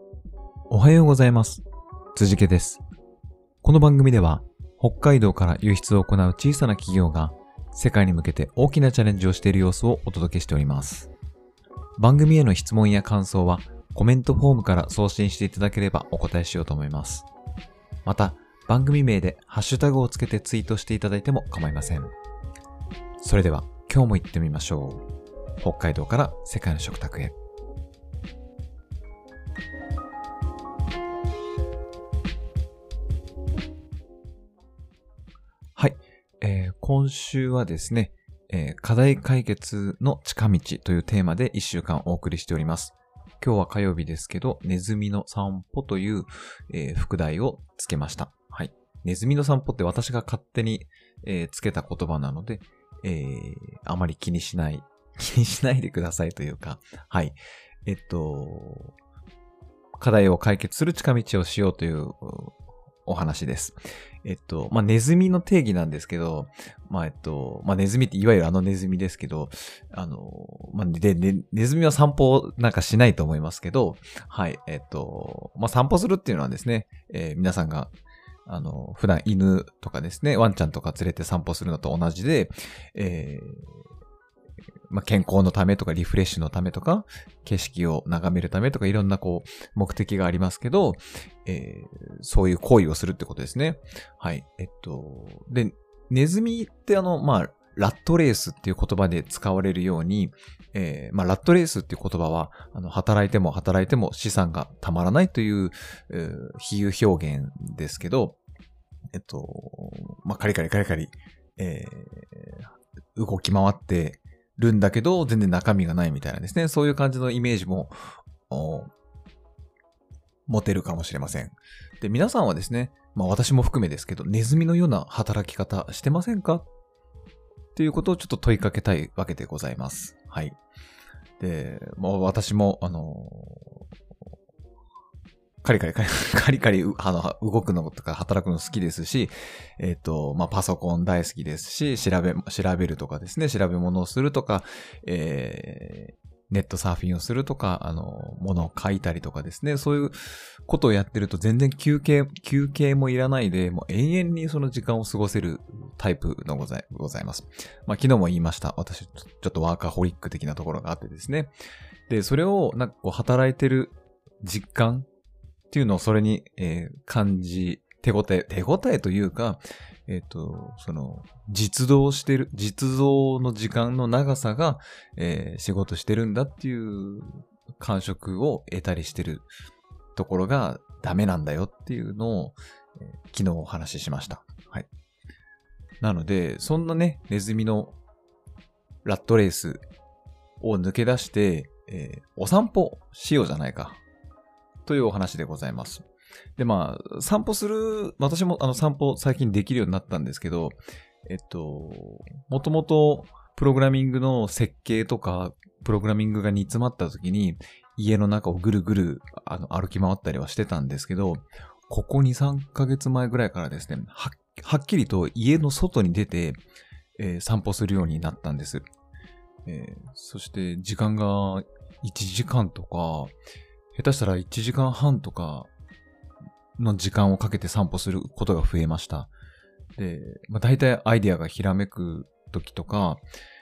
おはようございます。辻家です。この番組では北海道から輸出を行う小さな企業が世界に向けて大きなチャレンジをしている様子をお届けしております。番組への質問や感想はコメントフォームから送信していただければお答えしようと思います。また番組名でハッシュタグをつけてツイートしていただいても構いません。それでは今日も行ってみましょう。北海道から世界の食卓へ。はい、今週はですね、課題解決の近道というテーマで1週間お送りしております。今日は火曜日ですけど、ネズミの散歩という、副題をつけました。はい。ネズミの散歩って私が勝手に、つけた言葉なので、あまり気にしないでくださいというか、はい。課題を解決する近道をしようというお話です。ネズミの定義なんですけど、ネズミっていわゆるあのネズミですけど、ネズミは散歩なんかしないと思いますけど、はい、散歩するっていうのはですね、皆さんが、普段犬とかですね、ワンちゃんとか連れて散歩するのと同じで、健康のためとかリフレッシュのためとか景色を眺めるためとかいろんな目的がありますけど、そういう行為をするってことですね。はい。で、ネズミってラットレースっていう言葉で使われるように、ラットレースっていう言葉は働いても資産がたまらないという、比喩表現ですけど、カリカリ、動き回ってるんだけど全然中身がないみたいなですね、そういう感じのイメージも持てるかもしれません。で、皆さんはですね、私も含めですけど、ネズミのような働き方してませんかっていうことをちょっと問いかけたいわけでございます。はい。で、私もカリカリ動くのとか働くの好きですし、パソコン大好きですし、調べるとかですね、調べ物をするとか、ネットサーフィンをするとか、物を書いたりとかですね、そういうことをやってると全然休憩もいらないで、もう永遠にその時間を過ごせるタイプのございます。昨日も言いました。私、ちょっとワーカホリック的なところがあってですね。で、それを働いてる実感っていうのをそれに、感じ、手応えというか、実動の時間の長さが、仕事してるんだっていう感触を得たりしてるところがダメなんだよっていうのを、昨日お話ししました。はい。なので、そんなね、ネズミのラットレースを抜け出して、お散歩しようじゃないか。というお話でございます。で、散歩する、私も散歩最近できるようになったんですけど、もともとプログラミングの設計とか、プログラミングが煮詰まった時に、家の中をぐるぐる歩き回ったりはしてたんですけど、ここ2、3ヶ月前ぐらいからですね、はっきりと家の外に出て、散歩するようになったんです。そして時間が1時間とか、下手したら1時間半とかの時間をかけて散歩することが増えました。で、大体アイデアがひらめく時とか、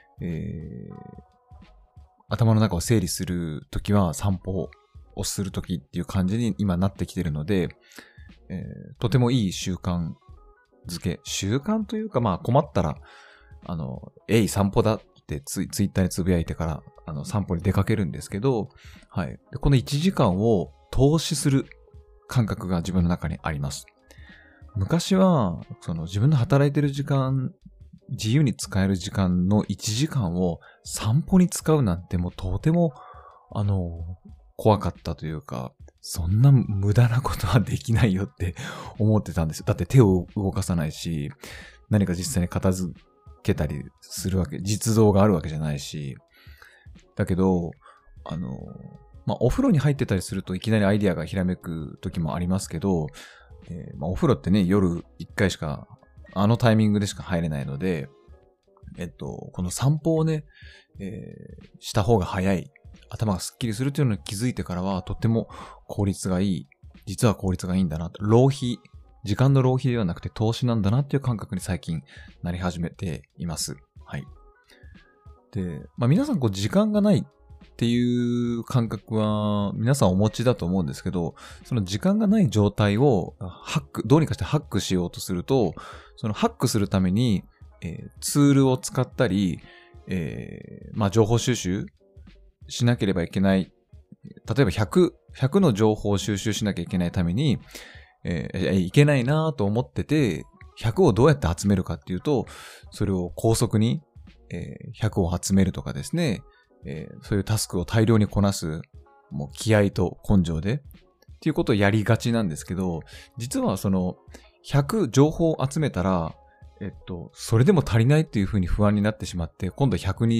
頭の中を整理する時は散歩をする時っていう感じに今なってきてるので、とてもいい習慣というか困ったら、散歩だってツイッターにつぶやいてから散歩に出かけるんですけど、はい。で、この1時間を投資する感覚が自分の中にあります。昔は、自分の働いてる時間、自由に使える時間の1時間を散歩に使うなんてもうとても、怖かったというか、そんな無駄なことはできないよって思ってたんですよ。だって手を動かさないし、何か実際に片付けたりするわけ、実動があるわけじゃないし、だけど、お風呂に入ってたりするといきなりアイデアがひらめく時もありますけど、お風呂ってね、夜1回しか、タイミングでしか入れないので、この散歩をね、した方が早い頭がスッキリするというのに気づいてからは、とっても効率がいい。実は効率がいいんだなと。時間の浪費ではなくて投資なんだなっていう感覚に最近なり始めています。はい。で、皆さん時間がないっていう感覚は皆さんお持ちだと思うんですけど、その時間がない状態をどうにかしてハックしようとすると、そのハックするために、ツールを使ったり、情報収集しなければいけない。例えば100の情報を収集しなきゃいけないために、いけないなと思ってて、100をどうやって集めるかっていうと、それを高速に、100を集めるとかですね、そういうタスクを大量にこなす、もう気合と根性で、っていうことをやりがちなんですけど、実はその、100情報を集めたら、それでも足りないっていうふうに不安になってしまって、今度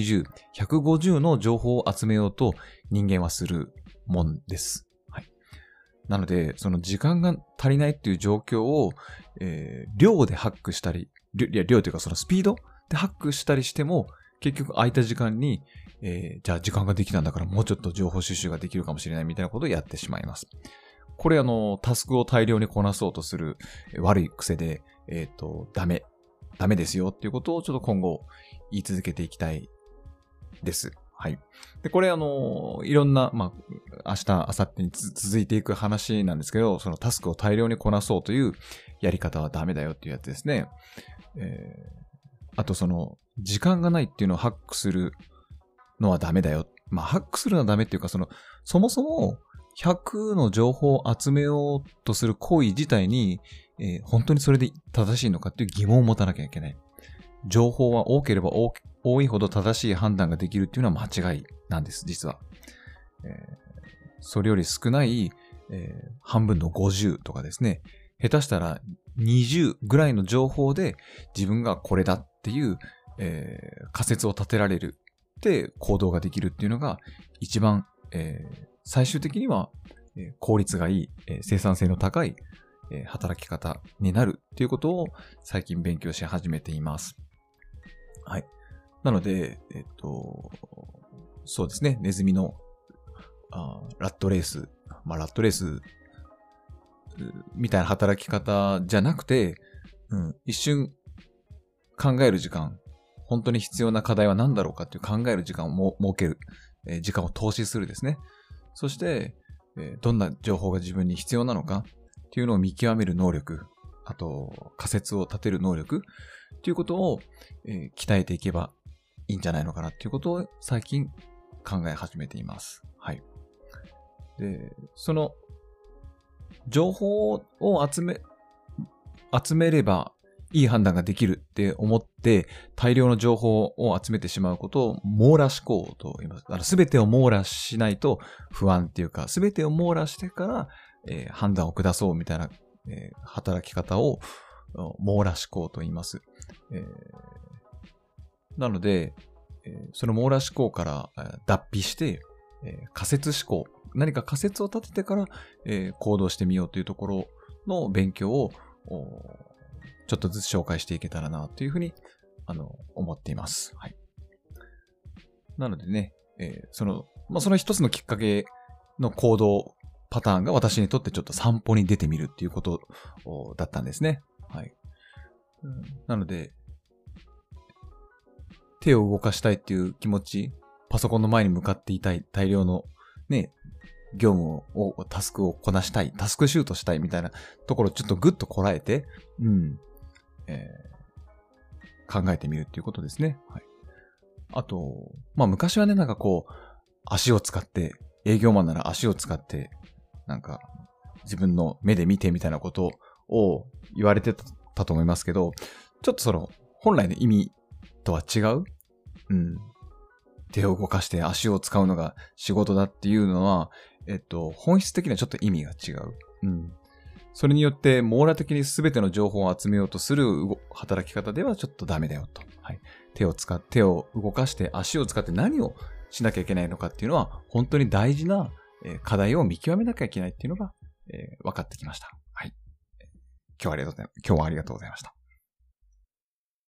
120、150の情報を集めようと人間はするもんです。はい。なので、その時間が足りないっていう状況を、量でハックしたり、量というかそのスピードでハックしたりしても、結局空いた時間に、じゃあ時間ができたんだからもうちょっと情報収集ができるかもしれないみたいなことをやってしまいます。これタスクを大量にこなそうとする悪い癖で、ダメですよっていうことをちょっと今後言い続けていきたいです。はい。で、これいろんな、明日、明後日に続いていく話なんですけど、そのタスクを大量にこなそうというやり方はダメだよっていうやつですね。あと時間がないっていうのをハックするのはダメだよ。ハックするのはダメっていうか、そもそも100の情報を集めようとする行為自体に、本当にそれで正しいのかっていう疑問を持たなきゃいけない。情報は多ければ多いほど正しい判断ができるっていうのは間違いなんです、実は。それより少ない、半分の50とかですね。下手したら20ぐらいの情報で自分がこれだっていう、仮説を立てられるって行動ができるっていうのが一番、最終的には、効率がいい、生産性の高い、働き方になるっていうことを最近勉強し始めています。はい。なので、そうですね、ネズミのラットレース、ラットレースみたいな働き方じゃなくて、一瞬考える時間、本当に必要な課題は何だろうかっていう考える時間を設ける、時間を投資するですね。そして、どんな情報が自分に必要なのかっていうのを見極める能力、あと仮説を立てる能力っていうことを、鍛えていけばいいんじゃないのかなっていうことを最近考え始めています。はい。で、その情報を集めればいい判断ができるって思って大量の情報を集めてしまうことを網羅思考と言います。すべてを網羅しないと不安っていうか、すべてを網羅してから、判断を下そうみたいな、働き方を網羅思考と言います。なので、その網羅思考から脱皮して、仮説思考、何か仮説を立ててから、行動してみようというところの勉強をちょっとずつ紹介していけたらなというふうに思っています。はい。なのでね、その一つのきっかけの行動パターンが私にとってちょっと散歩に出てみるっていうことだったんですね。はい。なので、手を動かしたいっていう気持ち、パソコンの前に向かっていたい、大量のね、業務を、タスクをこなしたい、タスクシュートしたいみたいなところをちょっとグッとこらえて、考えてみるっていうことですね。はい。あと、昔はね、足を使って、営業マンなら足を使って、自分の目で見てみたいなことを言われてたと思いますけど、ちょっと本来の意味とは違う、手を動かして足を使うのが仕事だっていうのは、本質的にはちょっと意味が違う。それによって網羅的に全ての情報を集めようとする働き方ではちょっとダメだよと。はい。手を動かして足を使って何をしなきゃいけないのかっていうのは本当に大事な課題を見極めなきゃいけないっていうのが分かってきました。はい。今日はありがとうございました。